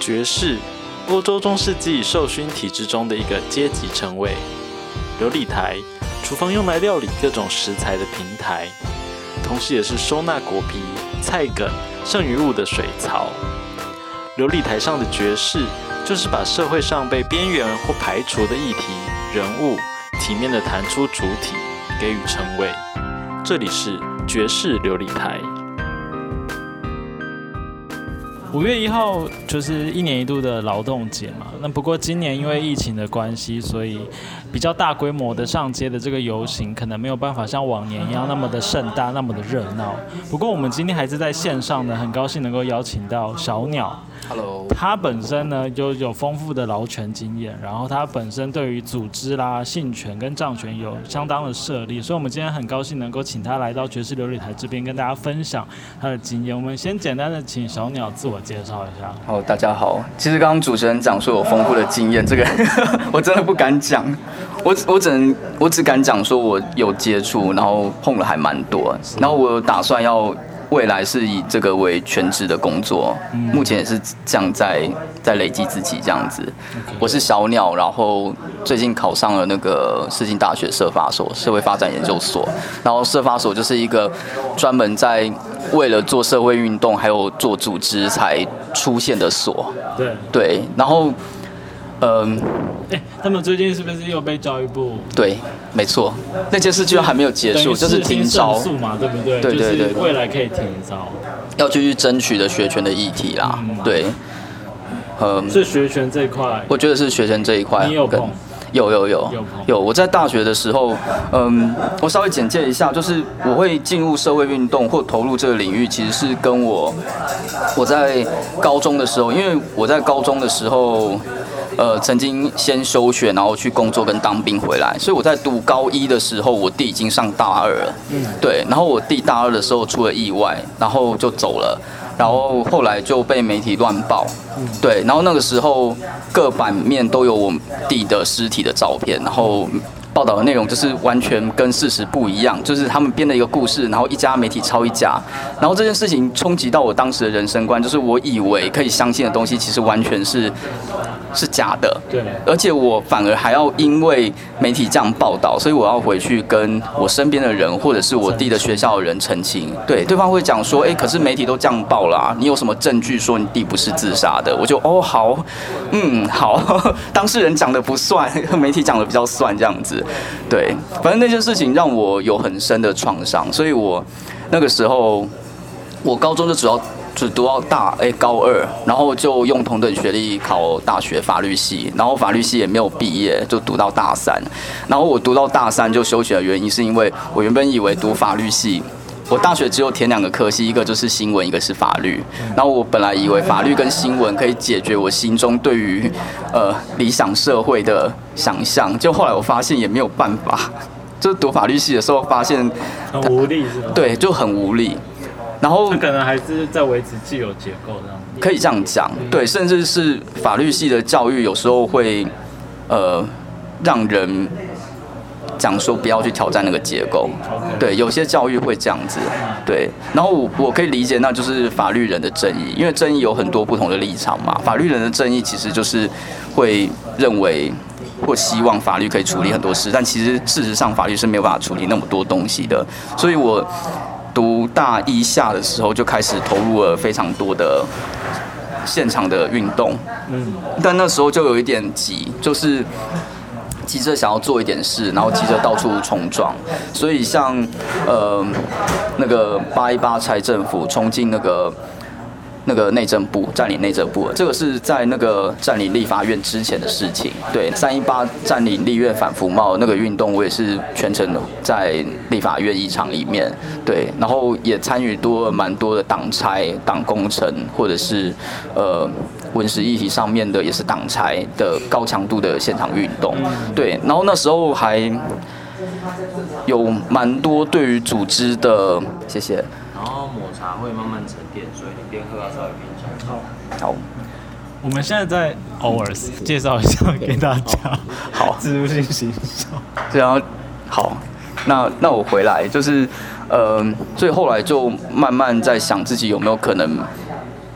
爵士，欧洲中世纪受勋体制中的一个阶级称谓。琉璃台，厨房用来料理各种食材的平台，同时也是收纳果皮、菜梗、剩余物的水槽。琉璃台上的爵士，就是把社会上被边缘或排除的议题、人物，体面地弹出主体，给予称谓。这里是爵士琉璃台。5月1号就是1年1度的劳动节嘛，那不过今年因为疫情的关系，所以比较大规模的上街的这个游行，可能没有办法像往年一样那么的盛大，那么的热闹。不过我们今天还是在线上呢，很高兴能够邀请到小鸟。 Hello， 他本身呢就有丰富的劳权经验，然后他本身对于组织啦、性权跟账权有相当的涉猎，所以我们今天很高兴能够请他来到爵士琉璃台这边跟大家分享他的经验。我们先简单的请小鸟自我介绍一下。 好，大家好。其实刚刚主持人讲说有丰富的经验，这个我真的不敢讲，我只敢讲说我有接触，然后碰了还蛮多，然后我打算要未来是以这个为全职的工作，目前也是这样在累积自己这样子。我是小鸟，然后最近考上了那个世新大学社发所社会发展研究所，然后社发所就是一个专门在为了做社会运动还有做组织才出现的所。对，然后他们最近是不是又被教育部？ 对，没错，那件事居然还没有结束，就是停招嘛，对不对？ 对， 就是未来可以停招， 要继续争取的学权的议题啦。对， 是学权这一块， 我觉得是学权这一块， 你有碰？ 有。我在大学的时候，我稍微简介一下，就是我会进入社会运动或投入这个领域，其实是跟我在高中的时候，因为我在高中的时候。曾经先休学，然后去工作跟当兵回来，所以我在读高1的时候，我弟已经上大2了。对，然后我弟大2的时候出了意外，然后就走了，然后后来就被媒体乱报。对，然后那个时候各版面都有我弟的尸体的照片，然后报道的内容就是完全跟事实不一样，就是他们编了一个故事，然后一家媒体抄一家，然后这件事情冲击到我当时的人生观，就是我以为可以相信的东西，其实完全是假的。 对， 而且我反而还要因为媒体这样报道，所以我要回去跟我身边的人或者是我弟的学校的人澄清。对，对方会讲说，可是媒体都这样报啦，你有什么证据说你弟不是自杀的？我就好，好，当事人讲的不算，媒体讲的比较算这样子。对，反正那件事情让我有很深的创伤，所以我那个时候，我高中就只读到高2，然后就用同等学历考大学法律系，然后法律系也没有毕业，就读到大3。然后我读到大3就休学的原因，是因为我原本以为读法律系，我大学只有填2个科系，一个就是新闻，一个是法律。然后我本来以为法律跟新闻可以解决我心中对于理想社会的想象，就后来我发现也没有办法。就是读法律系的时候发现很无力，是吧？ 对，就很无力。然后他可能还是在维持既有结构这样。 可以这样讲，对，甚至是法律系的教育有时候会让人讲说不要去挑战那个结构，对，有些教育会这样子，对。然后我可以理解，那就是法律人的正义，因为正义有很多不同的立场嘛。法律人的正义其实就是会认为或希望法律可以处理很多事，但其实事实上法律是没有办法处理那么多东西的。所以我读大1下的时候就开始投入了非常多的现场的运动，但那时候就有一点急，就是急着想要做一点事，然后急着到处冲撞，所以像那个818拆政府冲进那个内政部，占领内政部，这个是在那个占领立法院之前的事情。对，318占领立院反服贸那个运动，我也是全程在立法院议场里面。对，然后也参与蛮多的党拆、党工程，或者是文史议题上面的也是党拆的高强度的现场运动。对，然后那时候还有蛮多对于组织的，谢谢。 然后抹茶会慢慢沉淀，所以你边喝要稍微边讲。 好， 我们现在在 Hours 介绍一下给大家。 好， 植入性行销。 然后好，那我回来就是，所以后来就慢慢在想自己有没有可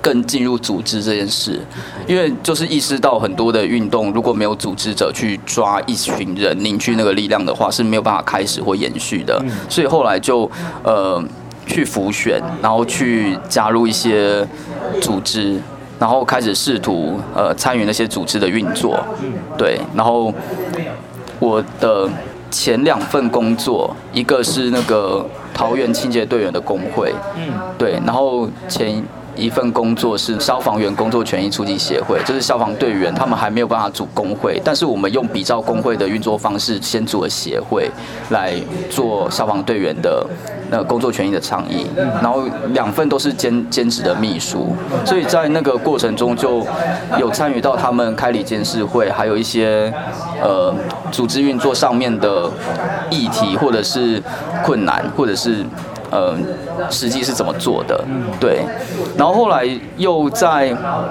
更进入组织这件事，因为就是意识到很多的运动如果没有组织者去抓一群人凝聚那个力量的话，是没有办法开始或延续的。所以后来就去辅选，然后去加入一些组织，然后开始试图参与那些组织的运作。对，然后我的前2份工作，一个是那个桃园清洁队员的工会，对，然后前一份工作是消防员工作权益促进协会，就是消防队员他们还没有办法组工会，但是我们用比照工会的运作方式，先组了协会来做消防队员的工作权益的倡议，然后2份都是兼职的秘书，所以在那个过程中就有参与到他们开理监事会，还有一些组织运作上面的议题或者是困难，或者是实际是怎么做的，对，然后后来又在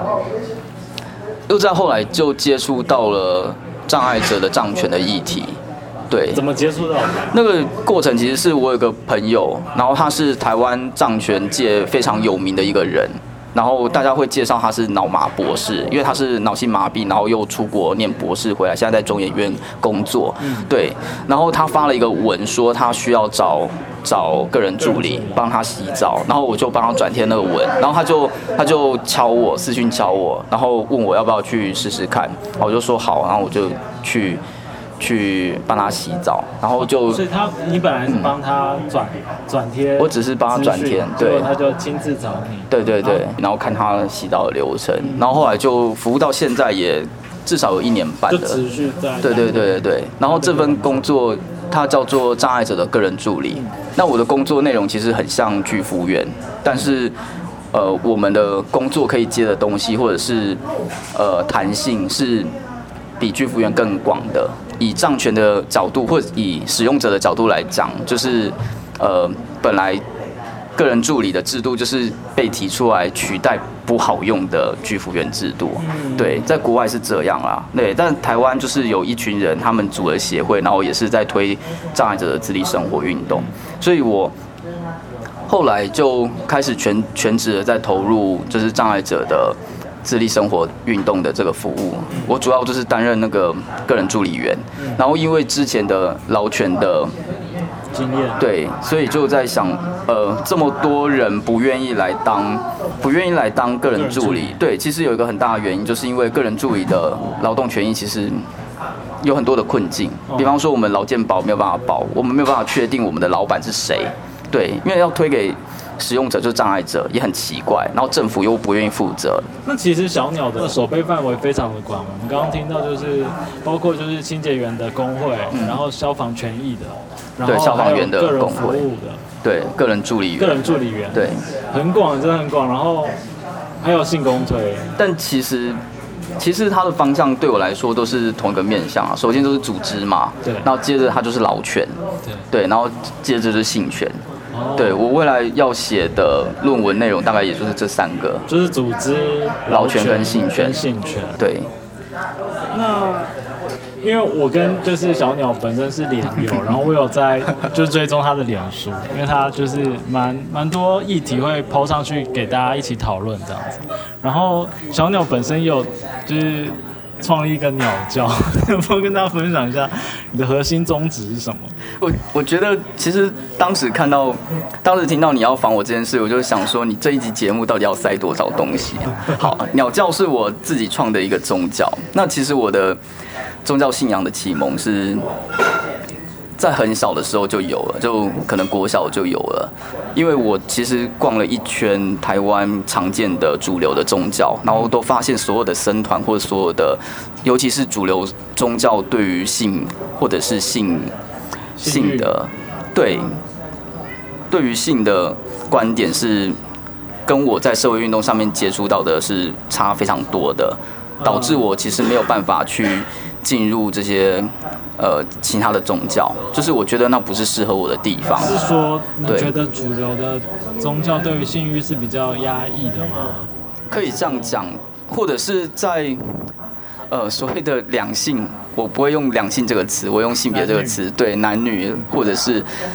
后来就接触到了障碍者的障权的议题，对， 怎么接触到的？ 那个过程其实是我有个朋友，然后他是台湾障权界非常有名的一个人。然后大家会介绍他是脑麻博士，因为他是脑性麻痹，然后又出国念博士回来，现在在中研院工作。对，然后他发了一个文说他需要找个人助理帮他洗澡，然后我就帮他转贴那个文，然后他就敲我私讯敲我，然后问我要不要去试试看，我就说好，然后我就去帮他洗澡，然后就所以你本来是帮他转贴， 我只是帮他转贴，对， 他就亲自找你， 对，然后看他洗澡的流程，然后后来就服务到现在也至少有1年半了， 就持续在， 对，然后这份工作它叫做障碍者的个人助理，那我的工作内容其实很像居服务员，但是我们的工作可以接的东西或者是弹性是比居服务员更广的。以障权的角度，或者以使用者的角度来讲，就是本来个人助理的制度就是被提出来取代不好用的居服员制度。对，在国外是这样啦。对，但台湾就是有一群人，他们组了协会，然后也是在推障碍者的自立生活运动，所以我后来就开始全职的在投入，就是障碍者的自立生活运动的这个服务，我主要就是担任那个个人助理员，然后因为之前的劳权的经验， 对，所以就在想，这么多人不愿意来当个人助理，对，其实有一个很大的原因，就是因为个人助理的劳动权益其实有很多的困境，比方说我们劳健保没有办法保，我们没有办法确定我们的老板是谁，对，因为要推给使用者就是障碍者，也很奇怪，然后政府又不愿意负责。 那其实小鸟的守备范围非常的广，我们刚刚听到就是包括就是清洁员的工会，然后消防权益的，然后消防员的工会，对，个人助理员，对， 很广，真的很广。然后还有性工推， 但其实它的方向对我来说都是同一个面向啊。首先都是组织嘛，对，然后接着它就是劳权，对，然后接着就是性权。对，我未来要写的论文内容大概也就是这3个，就是组织、 劳权跟性权。对。 那因为我跟就是小鸟本身是脸友，然后我有在就追踪他的脸书，因为他就是蛮多议题会 po 上去给大家一起讨论这样子。然后小鸟本身有就是创立一个鸟教，能不能跟大家分享一下你的核心宗旨是什么？ 我觉得其实当时听到你要访我这件事，我就想说你这一集节目到底要塞多少东西？好，鸟教是我自己创的一个宗教。那其实我的宗教信仰的启蒙是在很小的时候就有了，就可能国小就有了。因为我其实逛了一圈台湾常见的主流的宗教，然后都发现所有的僧团或者所有的，尤其是主流宗教对于性或者是性的，对于性的观点是跟我在社会运动上面接触到的是差非常多的，导致我其实没有办法去进入这些其他的宗教，就是我觉得那不是适合我的地方。 是说你觉得主流的宗教对于性欲是比较压抑的吗？ 可以这样讲，或者是在所谓的两性，我不会用两性这个词，我用性别这个词，对男女或者是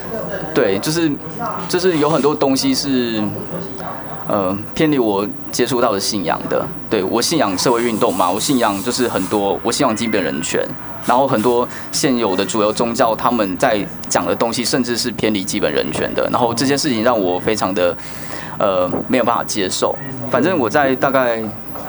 对，就是有很多东西是偏离我接触到的信仰的。对，我信仰社会运动嘛，我信仰就是我信仰基本人权，然后很多现有的主流宗教他们在讲的东西，甚至是偏离基本人权的。然后这件事情让我非常的没有办法接受。反正我在大概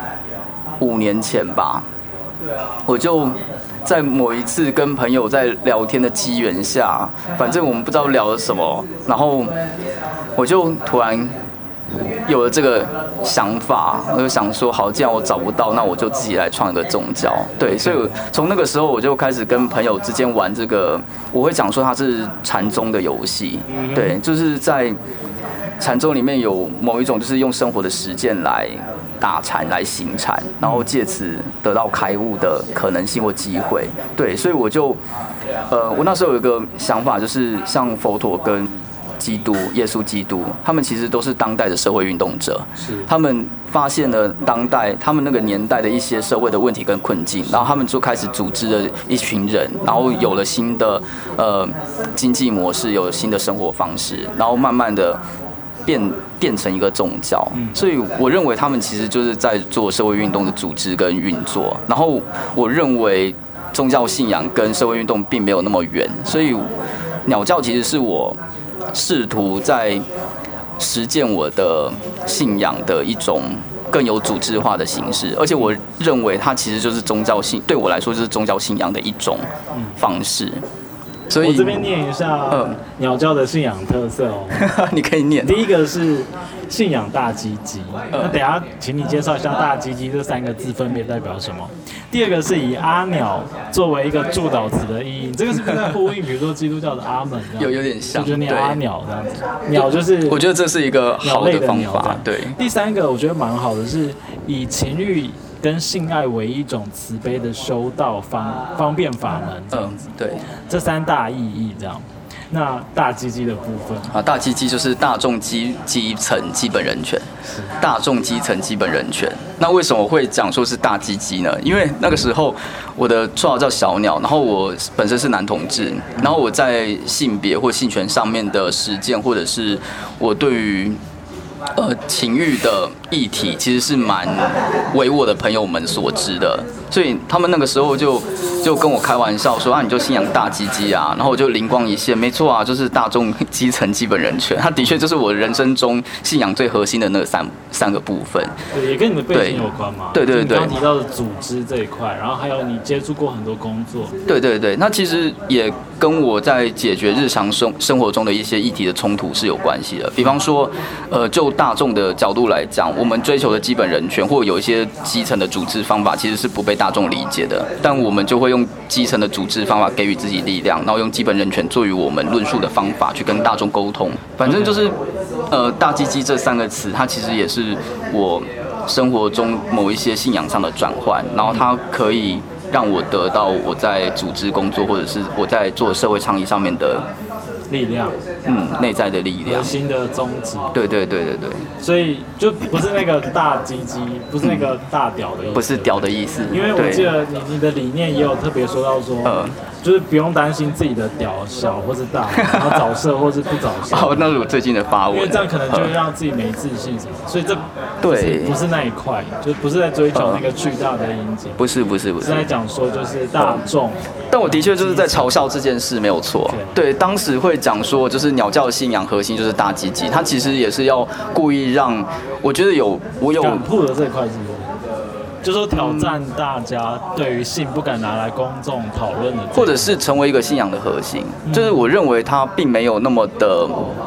5年前吧，我就在某一次跟朋友在聊天的机缘下，反正我们不知道聊了什么，然后我就突然有了这个想法，我就想说，好，既然我找不到，那我就自己来创一个宗教。对，所以从那个时候我就开始跟朋友之间玩这个，我会讲说它是禅宗的游戏。对，就是在禅宗里面有某一种就是用生活的实践来打禅来行禅，然后借此得到开悟的可能性或机会。对，所以我就我那时候有一个想法，就是像佛陀跟耶稣基督，他们其实都是当代的社会运动者，他们发现了当代他们那个年代的一些社会的问题跟困境，然后他们就开始组织了一群人，然后有了新的经济模式，有了新的生活方式，然后慢慢的变成一个宗教。所以我认为他们其实就是在做社会运动的组织跟运作，然后我认为宗教信仰跟社会运动并没有那么远，所以鸟教其实是我试图在实践我的信仰的一种更有组织化的形式，而且我认为它其实就是对我来说就是宗教信仰的一种方式。所以我这边念一下鸟教的信仰特色哦。 你可以念。 第一个是信仰大鸡鸡，那等一下请你介绍一下大鸡鸡这3个字分别代表什么。第二个是以阿鸟作为一个助导词的意义，这个是不是在呼应比如说基督教的阿门？ 有点像， 就念阿鸟这样子。鸟就是我觉得这是一个好的方法。对。 第3个我觉得蛮好的，是以情欲跟性爱为一种慈悲的修道方便法门这样子。 对， 这3大意义这样。那大鸡鸡的部分啊，大鸡鸡就是大众基层基本人权，大众基层基本人权。那为什么会讲说是大鸡鸡呢？因为那个时候我的绰号叫小鸟，然后我本身是男同志，然后我在性别或性权上面的实践，或者是我对于情欲的议题，其实是蛮为我的朋友们所知的，所以他们那个时候就跟我开玩笑说啊，你就信仰大鸡鸡啊，然后我就灵光一现，没错啊，就是大众基层基本人权，它的确就是我人生中信仰最核心的那三个部分。 对，也跟你的背景有关嘛。 对。 你刚提到的组织这一块，然后还有你接触过很多工作。 对，那其实也跟我在解决日常生活中的一些议题的冲突是有关系的。比方说，就大众的角度来讲，我们追求的基本人权，或有一些基层的组织方法，其实是不被大众理解的。但我们就会用基层的组织方法给予自己力量，然后用基本人权作为我们论述的方法去跟大众沟通。反正就是，大鸡鸡这3个词，它其实也是我生活中某一些信仰上的转换，然后它可以让我得到我在组织工作或者是我在做社会倡议上面的力量， 内在的力量， 核心的宗旨。 对。 所以就不是那个大鸡鸡，不是那个大屌的意思， 不是屌的意思。 因为我记得你的理念也有特别说到说，就是不用担心自己的屌小或是大，然后早射或是不早射。 那是我最近的发文， 因为这样可能就会让自己没自信什么，所以这不是那一块，就不是在追求那个巨大的阴茎， 不是， 是在讲说就是大众。 但我的确就是在嘲笑这件事，没有错。对，当时会讲说，就是鸟教的信仰核心就是大鸡鸡，它其实也是要故意让我觉得我有敢破的这一块是不是？就说挑战大家对于性不敢拿来公众讨论的， 或者是成为一个信仰的核心，就是我认为它并没有那么的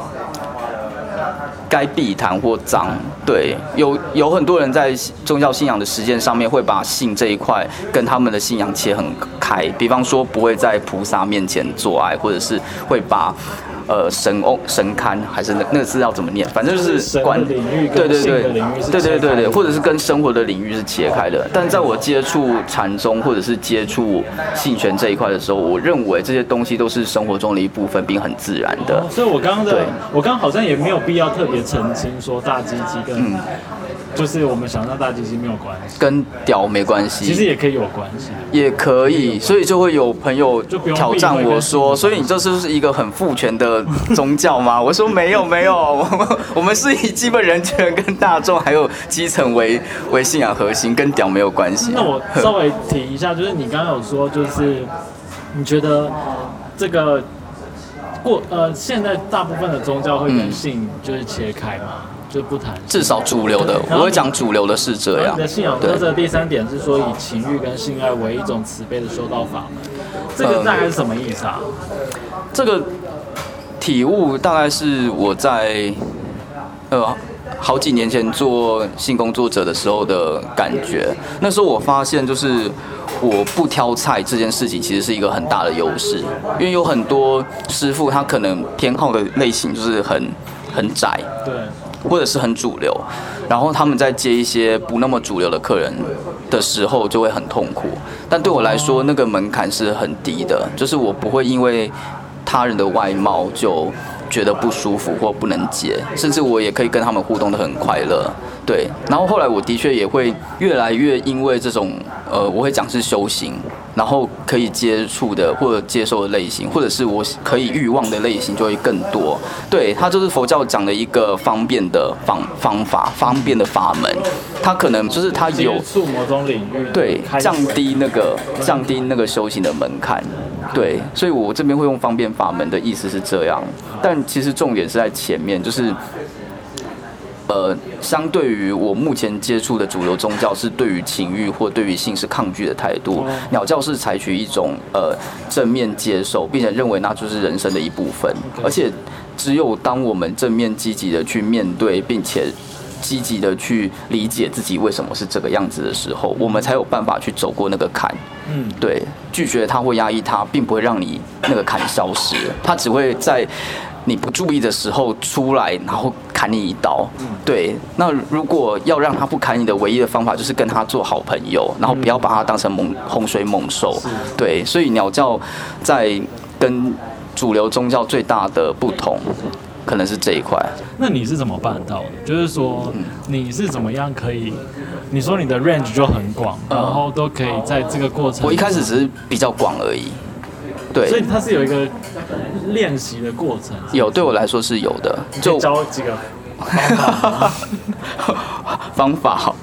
该避谈或脏。对，有很多人在宗教信仰的实践上面会把性这一块跟他们的信仰切很开，比方说不会在菩萨面前做爱，或者是会把神龛还是那个字要怎么念？反正就是管领域跟性的领域是切开的， 对，或者是跟生活的领域是切开的。但在我接触禅宗或者是接触性权这一块的时候，我认为这些东西都是生活中的一部分，并很自然的。 所以我刚好像也没有必要特别澄清说大鸡鸡跟就是我们想象大鸡鸡没有关系， 跟屌没关系， 其实也可以有关系， 也可以，所以就会有朋友挑战我说，所以你这是一个很父权的的宗教吗？我说没有，我们是以基本人权跟大众还有基层为信仰核心，跟屌没有关系。 那我稍微提一下，就是你刚刚有说，就是你觉得这个现在大部分的宗教会跟性就是切开吗？就不谈， 至少主流的，我会讲主流的是这样。 你的信仰特色第3点是说以情欲跟性爱为一种慈悲的修道法门，这个大概是什么意思啊？ 这个体悟大概是我在好几年前做性工作者的时候的感觉。那时候我发现，就是我不挑菜这件事情其实是一个很大的优势，因为有很多师傅他可能偏好的类型就是很窄， 对， 或者是很主流，然后他们在接一些不那么主流的客人的时候就会很痛苦。但对我来说，那个门槛是很低的，就是我不会因为他人的外貌就觉得不舒服或不能接，甚至我也可以跟他们互动得很快乐。对，然后后来我的确也会越来越因为这种我会讲是修行，然后可以接触的或者接受的类型，或者是我可以欲望的类型就会更多。对，它就是佛教讲的一个方便的方法，方便的法门。它可能就是它有接触某种领域， 对，降低那个修行的门槛。对，所以我这边会用方便法门的意思是这样，但其实重点是在前面，就是相对于我目前接触的主流宗教是对于情欲或对于性是抗拒的态度，鸟教是采取一种正面接受，并且认为那就是人生的一部分，而且只有当我们正面积极的去面对，并且积极的去理解自己为什么是这个样子的时候，我们才有办法去走过那个坎。对，拒绝它或压抑它，并不会让你那个坎消失，它只会在你不注意的时候出来，然后砍你一刀。对，那如果要让他不砍你的唯一的方法，就是跟他做好朋友，然后不要把他当成洪水猛兽。对，所以鸟教在跟主流宗教最大的不同，可能是这一块。 那你是怎么办到的？就是说，你是怎么样可以？你说你的 range 就很广，然后都可以在这个过程。 我一开始只是比较广而已。对， 所以它是有一个练习的过程。 有，对我来说是有的。 就教几个方法好。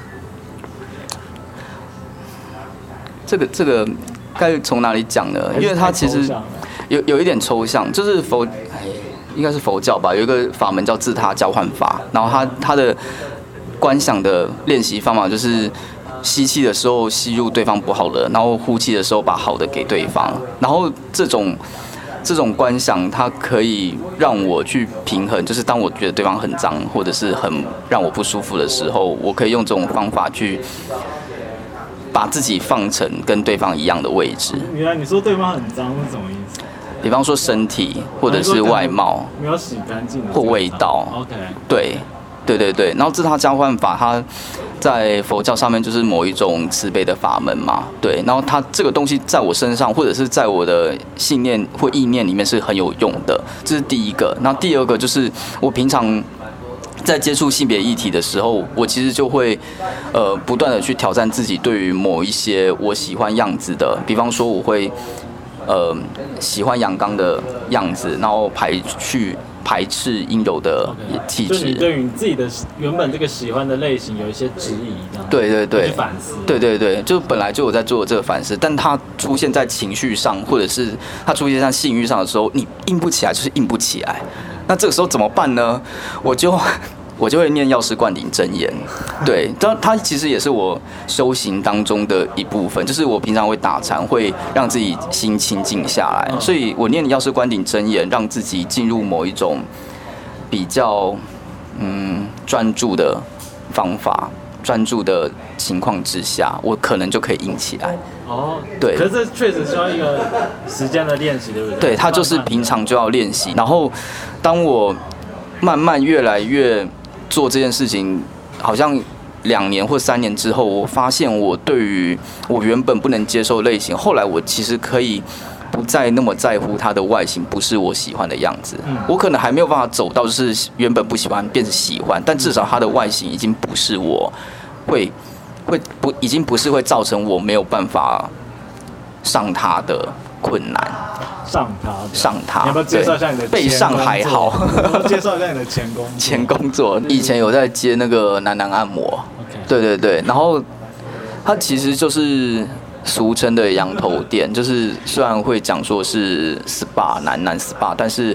这个该从哪里讲呢？因为它其实有一点抽象，就是应该是佛教吧，有一个法门叫自他交换法，然后它的观想的练习方法就是吸气的时候吸入对方不好的，然后呼气的时候把好的给对方，然后这种观想它可以让我去平衡，就是当我觉得对方很脏或者是很让我不舒服的时候，我可以用这种方法去把自己放成跟对方一样的位置。 原来你说对方很脏是什么意思？ 比方说身体或者是外貌， 没有洗干净或味道。 OK， 对，然后自他交换法，它在佛教上面就是某一种慈悲的法门嘛。对，然后它这个东西在我身上，或者是在我的信念或意念里面是很有用的，这是第一个。然后第二个就是我平常在接触性别议题的时候，我其实就会不断的去挑战自己对于某一些我喜欢样子的，比方说我会喜欢阳刚的样子，然后排斥阴柔的气质。 就你对于你自己的原本这个喜欢的类型有一些质疑， 对， 反思。 对，就本来就有在做这个反思，但它出现在情绪上，或者是它出现在性欲上的时候，你硬不起来就是硬不起来。那这个时候怎么办呢？我就会念药师灌顶真言。对，它其实也是我修行当中的一部分，就是我平常会打禅，会让自己心清静下来，所以我念药师灌顶真言，让自己进入某一种比较专注的方法。专注的情况之下，我可能就可以硬起来。对。 可是这确实需要一个时间的练习，对不对？ 对，它就是平常就要练习。然后，当我慢慢越来越做这件事情，好像2年或3年之后，我发现我对于我原本不能接受的类型，后来我其实可以不再那么在乎它的外形不是我喜欢的样子。我可能还没有办法走到就是原本不喜欢变成喜欢，但至少它的外形已经不是我已经不是会造成我没有办法上它的困难。 上他，你要不要介绍一下你的背上还好？ 介绍一下你的前工作。 以前有在接那个男按摩，对，然后它其实就是俗称的羊头店，就是虽然会讲说是 SPA 男 SPA， 但是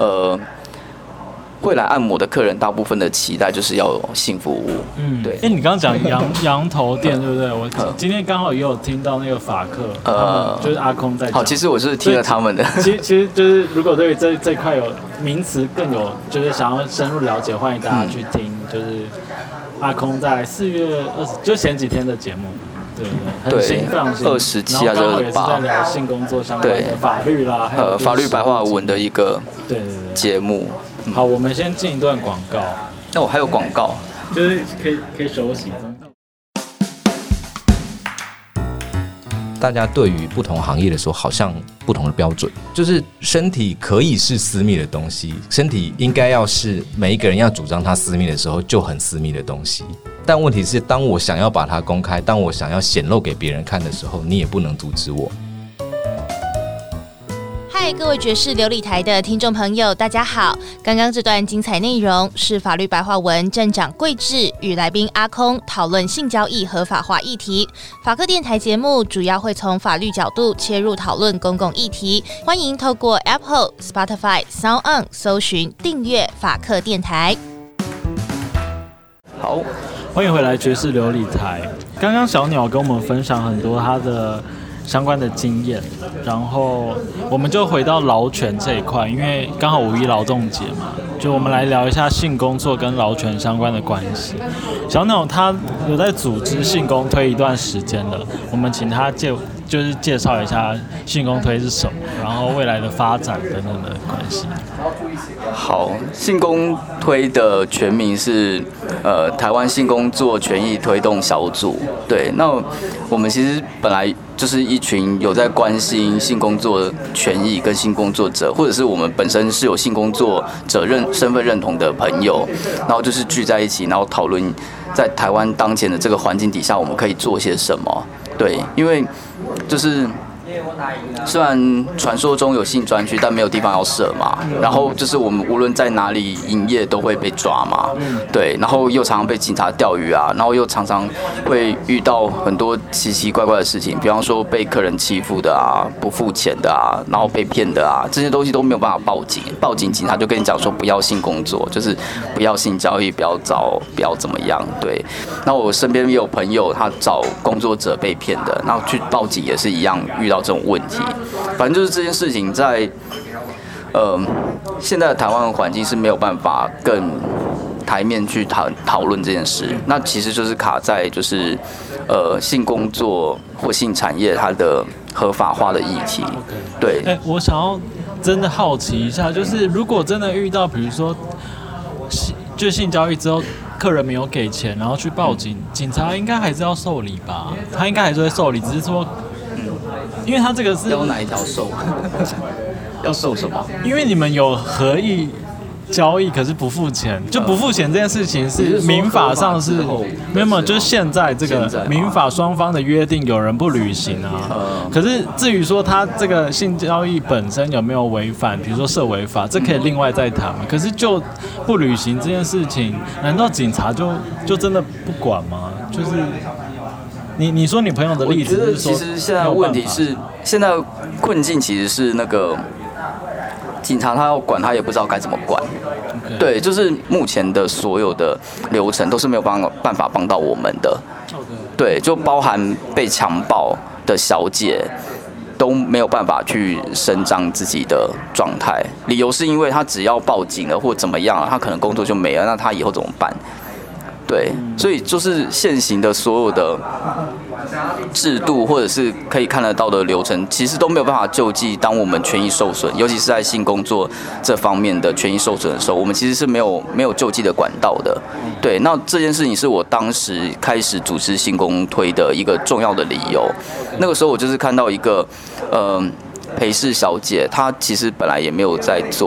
会来按摩的客人，大部分的期待就是要有性服务。对。 你刚刚讲羊头店，对不对？我今天刚好也有听到那个法客，就是阿空在讲。 好，其实我是听了他们的。 其实就是如果对于这块有名词更有，就是想要深入了解，欢迎大家去听，就是阿空在4月20，就前几天的节目。对，非常新 27还是28， 然后刚好也是在聊性工作相关的法律啦，还有法律白话文的一个节目。 好，我们先进一段广告。 那我还有广告， 就是可以休息。 大家对于不同行业的时候，好像不同的标准，就是身体可以是私密的东西，身体应该要是每一个人要主张它私密的时候就很私密的东西。但问题是，当我想要把它公开，当我想要显露给别人看的时候，你也不能阻止我。 嗨，各位爵士琉璃台的听众朋友，大家好！刚刚这段精彩内容是法律白话文站长桂智与来宾阿空讨论性交易合法化议题。法客电台节目主要会从法律角度切入讨论公共议题，欢迎透过 Apple、Spotify、SoundOn 搜寻订阅法客电台。 好， 欢迎回来爵士琉璃台。刚刚小鸟跟我们分享很多他的相关的经验，然后我们就回到劳权这一块，因为刚好5·1劳动节嘛，就我们来聊一下性工作跟劳权相关的关系。小鸟他有在组织性工推一段时间了，我们请他就是介绍一下性工推是什么，然后未来的发展等等的关系。 好，性工推的全名是台湾性工作权益推动小组。对，那我们其实本来就是一群有在关心性工作权益跟性工作者，或者是我们本身是有性工作者身份认同的朋友，然后就是聚在一起，然后讨论在台湾当前的这个环境底下，我们可以做些什么。对，因为就是虽然传说中有性专区，但没有地方要设嘛。然后就是我们无论在哪里营业都会被抓嘛。对，然后又常常被警察钓鱼啊，然后又常常会遇到很多奇奇怪怪的事情，比方说被客人欺负的啊，不付钱的啊，然后被骗的啊，这些东西都没有办法报警。报警警察就跟你讲说不要性工作，就是不要性交易，不要怎么样。对，那我身边也有朋友他找工作者被骗的，然后去报警也是一样遇到这种问题。反正就是这件事情在现在的台湾环境是没有办法更台面去讨论这件事。那其实就是卡在就是性工作或性产业它的合法化的议题。对， 我想要真的好奇一下，就是如果真的遇到比如说就性交易之后客人没有给钱，然后去报警，警察应该还是要受理吧？他应该还是会受理，只是说因为他这个是要哪一条受？要受什么？ 因为你们有合意交易，可是不付钱，就不付钱这件事情是民法上是没有，就是现在这个民法双方的约定有人不履行啊。可是至于说他这个性交易本身有没有违反，比如说涉违法，这可以另外再谈嘛。可是就不履行这件事情，难道警察就真的不管吗？就是你说你朋友的例子， 我觉得其实现在问题是，现在困境其实是那个警察他要管，他也不知道该怎么管。Okay. 对，就是目前的所有的流程都是没有办法帮到我们的。Okay. 对，就包含被强暴的小姐都没有办法去伸张自己的状态，理由是因为他只要报警了或怎么样了，他可能工作就没了，那他以后怎么办？对，所以就是现行的所有的制度或者是可以看得到的流程，其实都没有办法救济当我们权益受损，尤其是在性工作这方面的权益受损的时候，我们其实是没有救济的管道的。对，那这件事情是我当时开始主持性工推的一个重要的理由。那个时候我就是看到一个陪侍小姐，她其实本来也没有在做，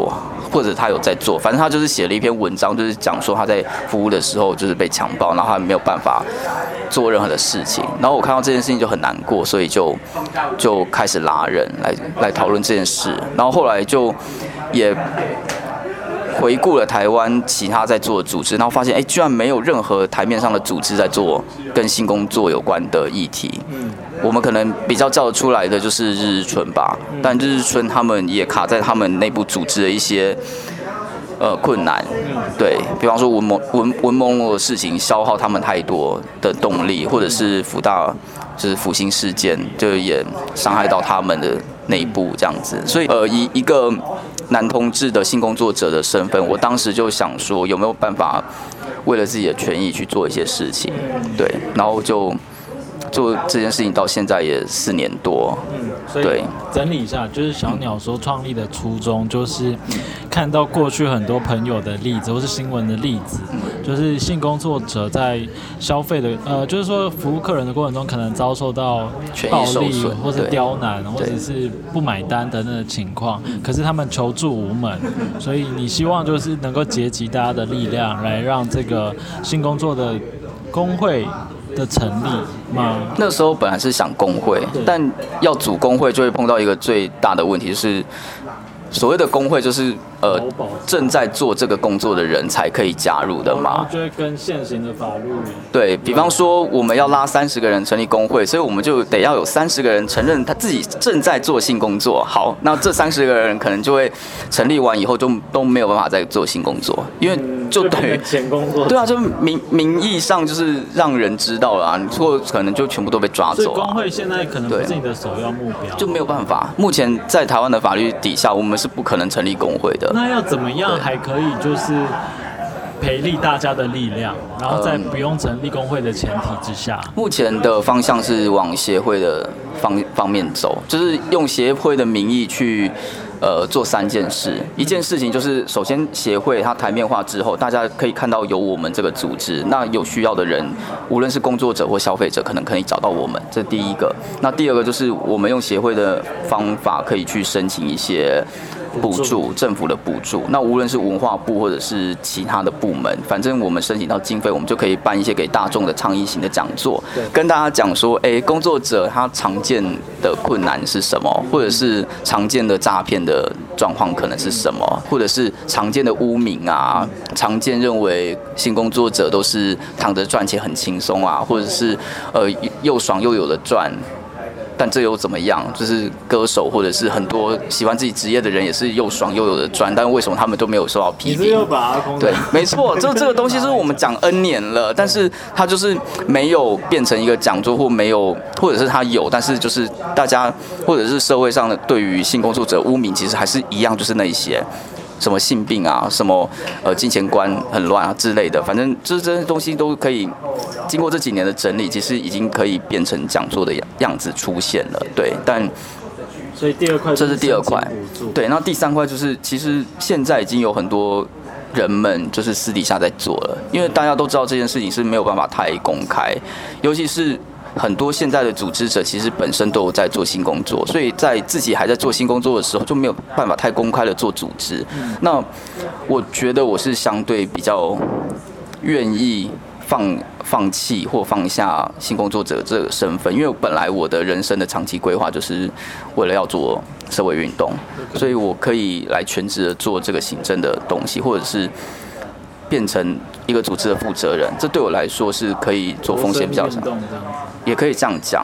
或者他有在做，反正他就是写了一篇文章，就是讲说他在服务的时候就是被强暴，然后他没有办法做任何的事情。然后我看到这件事情就很难过，所以就开始拉人来讨论这件事。然后后来就也回顾了台湾其他在做的组织，然后发现居然没有任何台面上的组织在做跟性工作有关的议题。我们可能比较叫得出来的就是日日春吧，但日日春他们也卡在他们内部组织的一些困难，对，比方说文蒙罗的事情消耗他们太多的动力，或者是辅大就是辅星事件，就也伤害到他们的内部这样子。所以以一个男同志的性工作者的身份，我当时就想说有没有办法为了自己的权益去做一些事情，对，然后就做这件事情到现在也4年多。 所以整理一下，就是小鸟说创立的初衷，就是看到过去很多朋友的例子，或是新闻的例子，就是性工作者在消费的就是说服务客人的过程中，可能遭受到暴力，或是刁难，或者是不买单等等的情况，可是他们求助无门，所以你希望就是能够结集大家的力量，来让这个性工作的工会的成立吗？ 那时候本来是想工会，但要组工会就会碰到一个最大的问题，就是所谓的工会就是正在做这个工作的人才可以加入的嘛， 就会跟现行的法律对，比方说我们要拉30个人成立工会，所以我们就得要有30个人承认他自己正在做性工作。好，那这30个人可能就会成立完以后就都没有办法再做性工作，因为就等于前工作， 对啊，就名义上就是让人知道了啊，你错可能就全部都被抓走啊。 所以工会现在可能不是你的首要目标， 就没有办法。目前在台湾的法律底下，我们是不可能成立工会的。 那要怎么样还可以就是培力大家的力量，然后在不用成立工会的前提之下， 目前的方向是往协会的方面走，就是用协会的名义去做3件事。一件事情就是首先协会它台面化之后，大家可以看到有我们这个组织，那有需要的人，无论是工作者或消费者，可能可以找到我们，这第一个。那第二个就是我们用协会的方法可以去申请一些补助，政府的补助。那无论是文化部或者是其他的部门，反正我们申请到经费，我们就可以办一些给大众的倡议型的讲座，跟大家讲说，工作者他常见的困难是什么，或者是常见的诈骗的状况可能是什么，或者是常见的污名啊，常见认为性工作者都是躺着赚钱很轻松啊，或者是又爽又有的赚。但这又怎么样？就是歌手或者是很多喜欢自己职业的人，也是又爽又有的赚，但为什么他们都没有受到批评？对，没错，这个东西就是我们讲 N 年了，但是它就是没有变成一个讲座，或没有，或者是它有，但是就是大家或者是社会上的对于性工作者污名，其实还是一样，就是那一些。什么性病啊，什么金钱观很乱啊之类的，反正这些东西都可以经过这几年的整理，其实已经可以变成讲座的样子出现了。对，但所以第二块这是第二块，对，那第3块就是其实现在已经有很多人们就是私底下在做了，因为大家都知道这件事情是没有办法太公开，尤其是很多现在的组织者其实本身都有在做性工作，所以在自己还在做性工作的时候就没有办法太公开的做组织。那我觉得我是相对比较愿意放弃或放下性工作者这个身份，因为本来我的人生的长期规划就是为了要做社会运动，所以我可以来全职的做这个行政的东西，或者是变成一个组织的负责人，这对我来说是可以做风险比较小，也可以这样讲。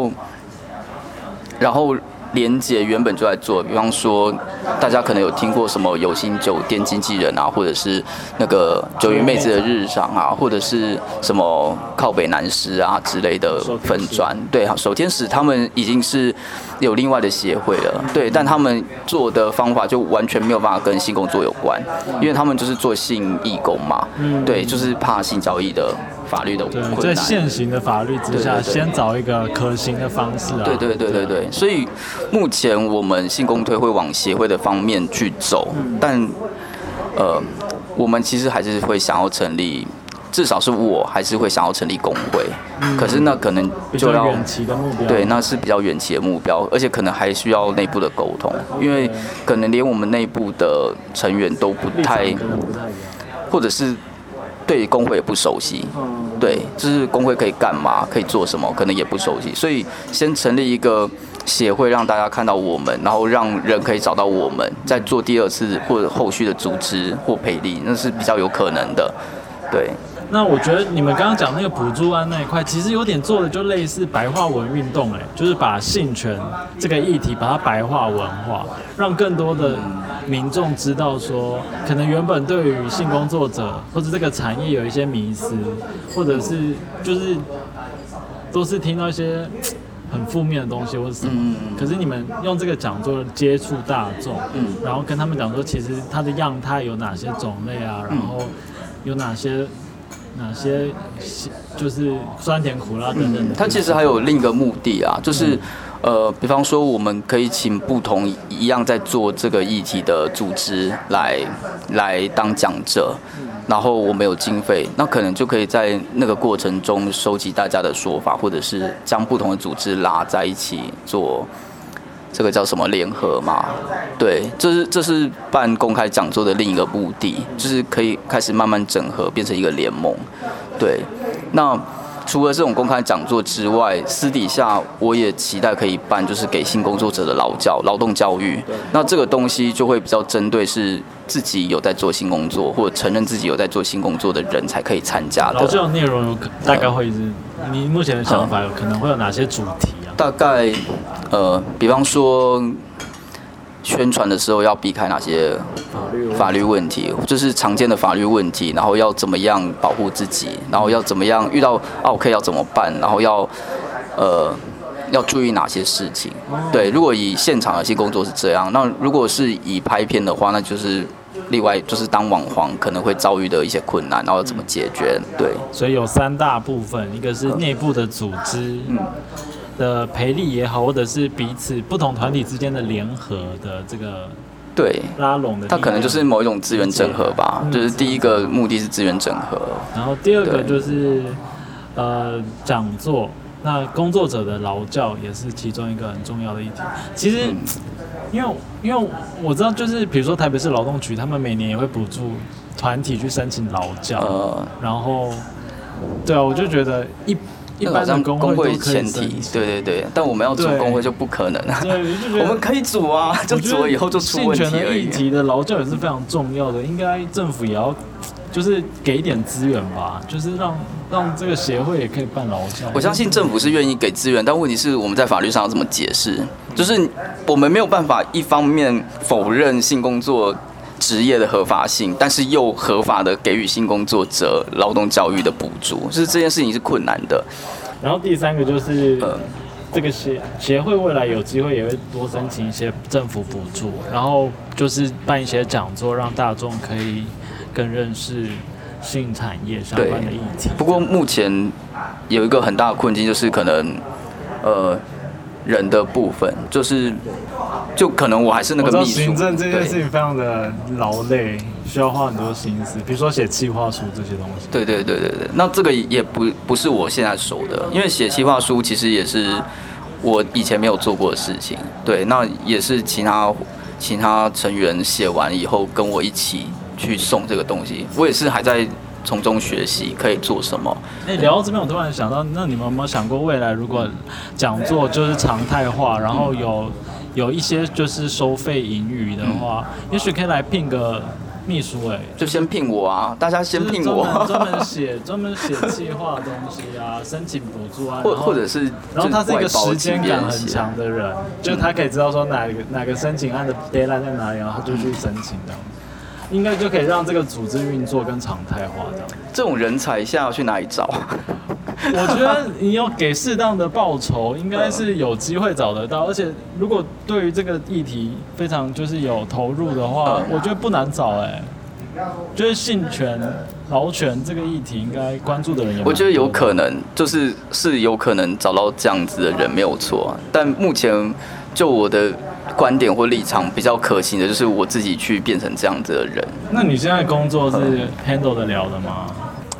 然后连结原本就在做，比方说大家可能有听过什么有心酒店经纪人啊，或者是那个九鱼妹子的日常啊，或者是什么靠北男师啊之类的粉专，对，守天使他们已经是有另外的协会了，对，但他们做的方法就完全没有办法跟性工作有关，因为他们就是做性义工嘛，对，就是怕性交易的法律的困难， 在现行的法律之下，先找一个可行的方式啊。 对，所以目前我们性工推会往协会的方面去走，但我们其实还是会想要成立至少是我还是会想要成立工会，可是那可能就要比较远期的目标。 对，那是比较远期的目标，而且可能还需要内部的沟通，因为可能连我们内部的成员都不太，或者是对工会也不熟悉。对，就是工会可以干嘛，可以做什么，可能也不熟悉，所以先成立一个协会，让大家看到我们，然后让人可以找到我们，再做第二次或者后续的组织或培力，那是比较有可能的。对。 那我觉得你们刚刚讲那个补助案那一块，其实有点做的就类似白话文运动，就是把性权这个议题把它白话文化，让更多的民众知道说，可能原本对于性工作者或者这个产业有一些迷思，或者是就是都是听到一些很负面的东西或者什么，可是你们用这个讲座接触大众，然后跟他们讲说，其实它的样态有哪些种类啊，然后有哪些就是酸甜苦辣等等的。 它其实还有另一个目的啊，就是比方说我们可以请不同一样在做这个议题的组织来当讲者，然后我们有经费，那可能就可以在那个过程中收集大家的说法，或者是将不同的组织拉在一起做。这个叫什么联合嘛？对，这是办公开讲座的另一个目的，就是可以开始慢慢整合，变成一个联盟。对，那除了这种公开讲座之外，私底下我也期待可以办，就是给性工作者的劳动教育。那这个东西就会比较针对是自己有在做性工作，或者承认自己有在做性工作的人才可以参加的。 劳教内容大概会是你目前的想法，有可能会有哪些主题？ 大概比方说宣传的时候要避开哪些法律问题，就是常见的法律问题，然后要怎么样保护自己，然后要怎么样遇到 OK 要怎么办，然后要注意哪些事情。对，如果以现场的性工作是这样，那如果是以拍片的话，那就是另外就是当网黄可能会遭遇的一些困难，然后怎么解决。对， 所以有3大部分，一个是内部的组织的培力也好，或者是彼此不同团体之间的联合的这个对拉拢的， 它可能就是某一种资源整合吧，就是第一个目的是资源整合， 然后第二个就是讲座，那工作者的劳教也是其中一个很重要的议题。其实因为我知道，就是比如说台北市劳动局，他们每年也会补助团体去申请劳教，然后对啊，我就觉得一般的工会前提，对，但我们要组工会就不可能啊。 对， 我们可以组啊，就组了以后就出问题而已。 性权的议题的劳教也是非常重要的，应该政府也要就是给一点资源吧，就是让这个协会也可以办劳教。 我相信政府是愿意给资源，但问题是我们在法律上要怎么解释？就是我们没有办法一方面否认性工作职业的合法性，但是又合法的给予性工作者劳动教育的补助，就是这件事情是困难的。 然后第3个就是这个协会未来有机会也会多申请一些政府补助，然后就是办一些讲座，让大众可以更认识性产业相关的议题。 不过目前有一个很大的困境，就是可能人的部分，就可能我还是那个秘书。 行政这件事情非常的劳累，需要花很多心思，比如说写企划书这些东西。对， 那这个也不是我现在熟的，因为写企划书其实也是我以前没有做过的事情。对，那也是其他成员写完以后跟我一起去送这个东西，我也是还在从中学习可以做什么。 聊到这边，我突然想到，那你们有没有想过，未来如果讲座就是常态化，然后有一些就是收费盈余的话，也许可以来聘个秘书就先聘我啊！大家先聘我， 专门写企划的东西啊，申请补助啊， 或者是， 然后他是一个时间感很强的人，就是他可以知道说哪个申请案的 deadline 在哪里，然后他就去申请这样。应该就可以让这个组织运作更常态化这样。 这种人才现在要去哪里找？ 我觉得你要给适当的报酬，应该是有机会找得到。而且如果对于这个议题非常就是有投入的话，我觉得不难找就是性权、劳权这个议题，应该关注的人也蛮多的。 我觉得有可能，是有可能找到这样子的人没有错，但目前就我的观点或立场比较可行的，就是我自己去变成这样子的人。 那你现在工作是 handle 得了的吗？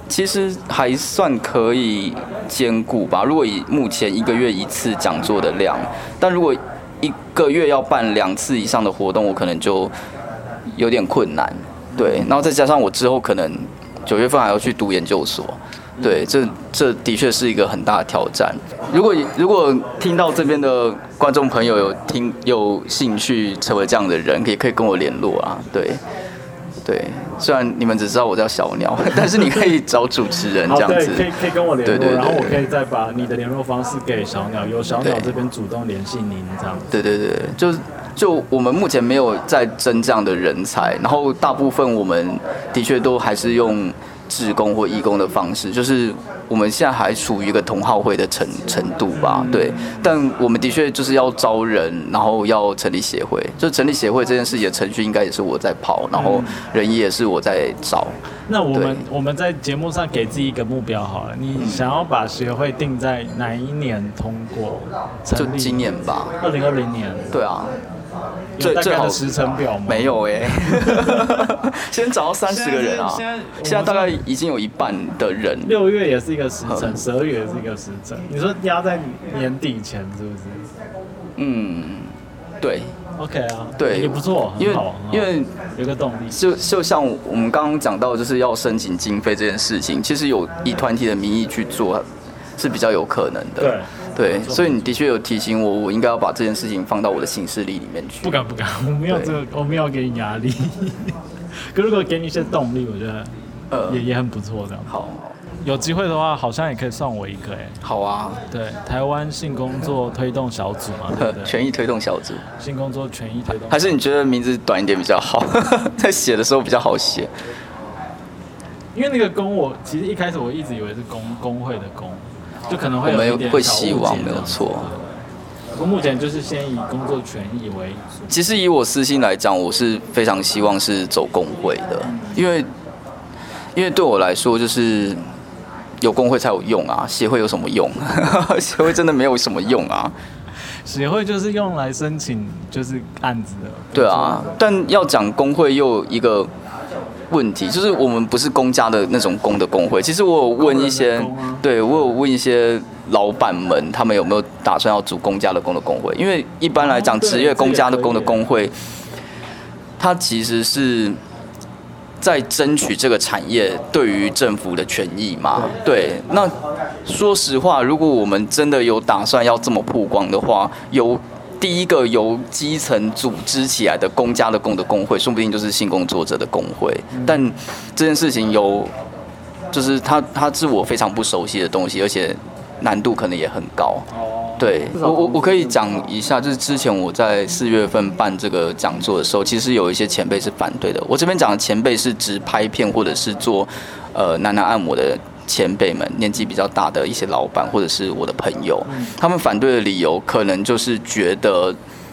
其实还算可以兼顾吧。如果以目前1个月1次讲座的量，但如果1个月要办2次以上的活动，我可能就有点困难。对，然后再加上我之后可能9月份还要去读研究所。对，这的确是一个很大的挑战。如果听到这边的观众朋友有兴趣成为这样的人，也可以跟我联络啊。对，虽然你们只知道我叫小鸟，但是你可以找主持人这样子。 对，可以跟我联络， 对， 然后我可以再把你的联络方式给小鸟，由小鸟这边主动联系您这样子。 对，就我们目前没有在争这样的人才，然后大部分我们的确都还是用志工或义工的方式，就是我们现在还处于一个同好会的程度吧，对。但我们的确就是要招人，然后要成立协会。就成立协会这件事情的程序，应该也是我在跑，然后人也是我在找。 那我们在节目上给自己一个目标好了，你想要把协会定在哪一年通过成立？ 就今年吧 ，2020年。 对啊。 有大概的时程表吗？ 没有先找到30个人啊！现在大概已经有一半的人。 6月也是一个时程，12月也是一个时程。你说压在年底前是不是？ 对。 OK 啊， 对， 也不错，因为有个动力。 就像我们刚刚讲到，就是要申请经费这件事情，其实有以团体的名义去做是比较有可能的。对，所以你的确有提醒我，我应该要把这件事情放到我的行事历里面去。 不敢，我没有这个，我没有给你压力。可如果给你一些动力，我觉得也很不错这样。 好， 有机会的话，好像也可以算我一个好啊。 对，台湾性工作推动小组嘛，对不对？ 权益推动小组。 性工作权益推动。 还是你觉得名字短一点比较好，在写的时候比较好写？ 因为那个工，我其实一开始我一直以为是工会的工。就可能会有一点会希望没有错。 我目前就是先以工作权益为主。 其实以我私心来讲，我是非常希望是走工会的，因为对我来说就是有工会才有用啊，协会有什么用？协会真的没有什么用啊。 协会就是用来申请就是案子的。 对啊，但要讲工会又有一个问题，就是我们不是公家的那种工的工会。其实我有问一些，对我有问一些老板们，他们有没有打算要组公家的工的工会？因为一般来讲，职业公家的工的工会，它其实是在争取这个产业对于政府的权益嘛。对，那说实话，如果我们真的有打算要这么曝光的话，第一个由基层组织起来的公家的工的工会，说不定就是性工作者的工会。但这件事情就是它是我非常不熟悉的东西，而且难度可能也很高。对，我可以讲一下，就是之前我在4月份办这个讲座的时候，其实有一些前辈是反对的。我这边讲的前辈是指拍片或者是做男按摩的前辈们，年纪比较大的一些老板或者是我的朋友，他们反对的理由可能就是觉得，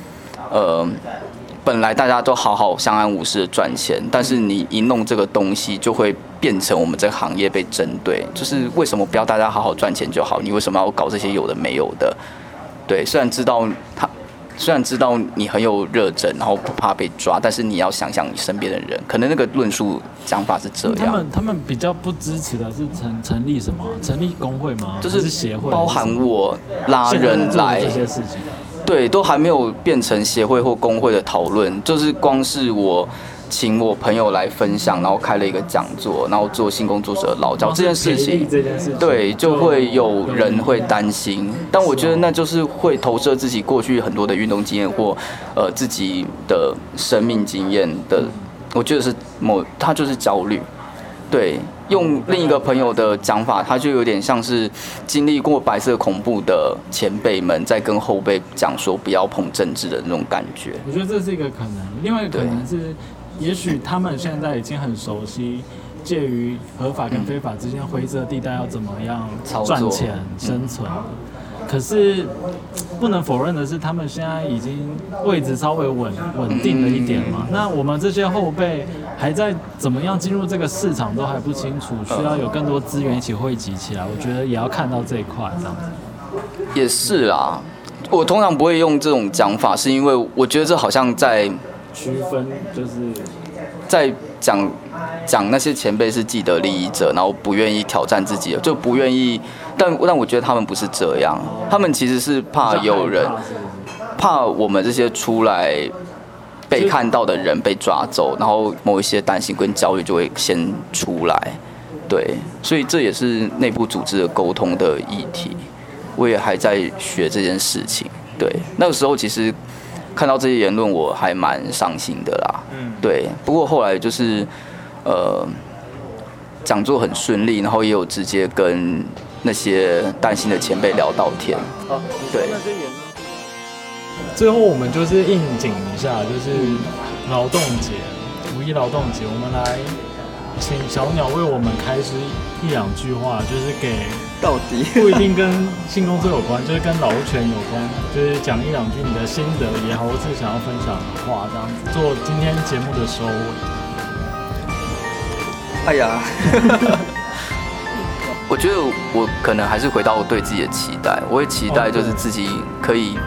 本来大家都好好相安无事的赚钱，但是你一弄这个东西，就会变成我们这个行业被针对。就是为什么不要大家好好赚钱就好？你为什么要搞这些有的没有的？对，虽然知道你很有热忱，然后不怕被抓，但是你要想想你身边的人，可能那个论述讲法是这样。 他们比较不支持的是成立什么？成立工会吗？ 就是协会， 包含我拉人来这些事情。 对，都还没有变成协会或工会的讨论，就是光是我请我朋友来分享，然后开了一个讲座，然后做性工作者的劳教这件事情，对，就会有人会担心。但我觉得那就是会投射自己过去很多的运动经验或自己的生命经验的，我觉得是他就是焦虑。对，用另一个朋友的讲法，他就有点像是经历过白色恐怖的前辈们在跟后辈讲说不要碰政治的那种感觉。 我觉得这是一个可能，另外一个可能是，也许他们现在已经很熟悉介于合法跟非法之间灰色地带要怎么样赚钱生存。可是不能否认的是，他们现在已经位置稍微稳定了一点嘛。那我们这些后辈还在怎么样进入这个市场都还不清楚，需要有更多资源一起汇集起来。我觉得也要看到这一块，这样子。 也是啦，我通常不会用这种讲法，是因为我觉得这好像在区分，就是讲那些前辈是既得利益者，然后不愿意挑战自己，就不愿意。但我觉得他们不是这样，他们其实是怕有人，怕我们这些出来被看到的人被抓走，然后某一些担心跟焦虑就会先出来。对，所以这也是内部组织的沟通的议题。我也还在学这件事情。对，那个时候其实看到这些言论，我还蛮伤心的啦。对。不过后来就是讲座很顺利，然后也有直接跟那些担心的前辈聊到天。对。 最后我们就是应景一下，就是劳动节，5·1劳动节，我们来请小鸟为我们开示1-2句话，就是给到底不一定跟性工作有关，就是跟劳权有关，就是讲1-2句你的心得也好，或是想要分享的话，这样子做今天节目的收尾。 哎呀，我觉得我可能还是回到对自己的期待，我会期待就是自己可以。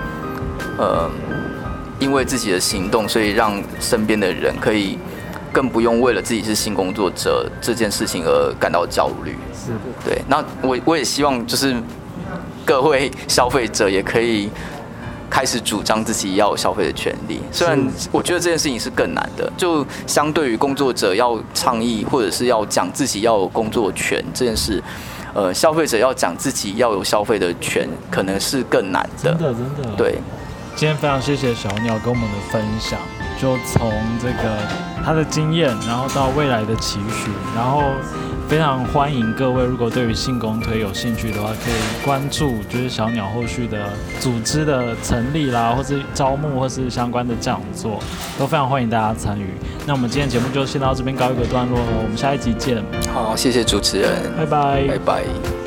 因为自己的行动，所以让身边的人可以更不用为了自己是性工作者这件事情而感到焦虑。 是的， 对。那我也希望就是各位消费者也可以开始主张自己要有消费的权利。虽然我觉得这件事情是更难的，就相对于工作者要倡议或者是要讲自己要有工作权这件事。消费者要讲自己要有消费的权，可能是更难的。 真的。 对。 今天非常谢谢小鸟跟我们的分享，就从这个他的经验，然后到未来的期许，然后非常欢迎各位，如果对于性工推有兴趣的话，可以关注就是小鸟后续的组织的成立啦，或是招募，或是相关的讲座，都非常欢迎大家参与。那我们今天节目就先到这边告一个段落了，我们下一集见。 好，谢谢主持人， 拜拜， 拜拜。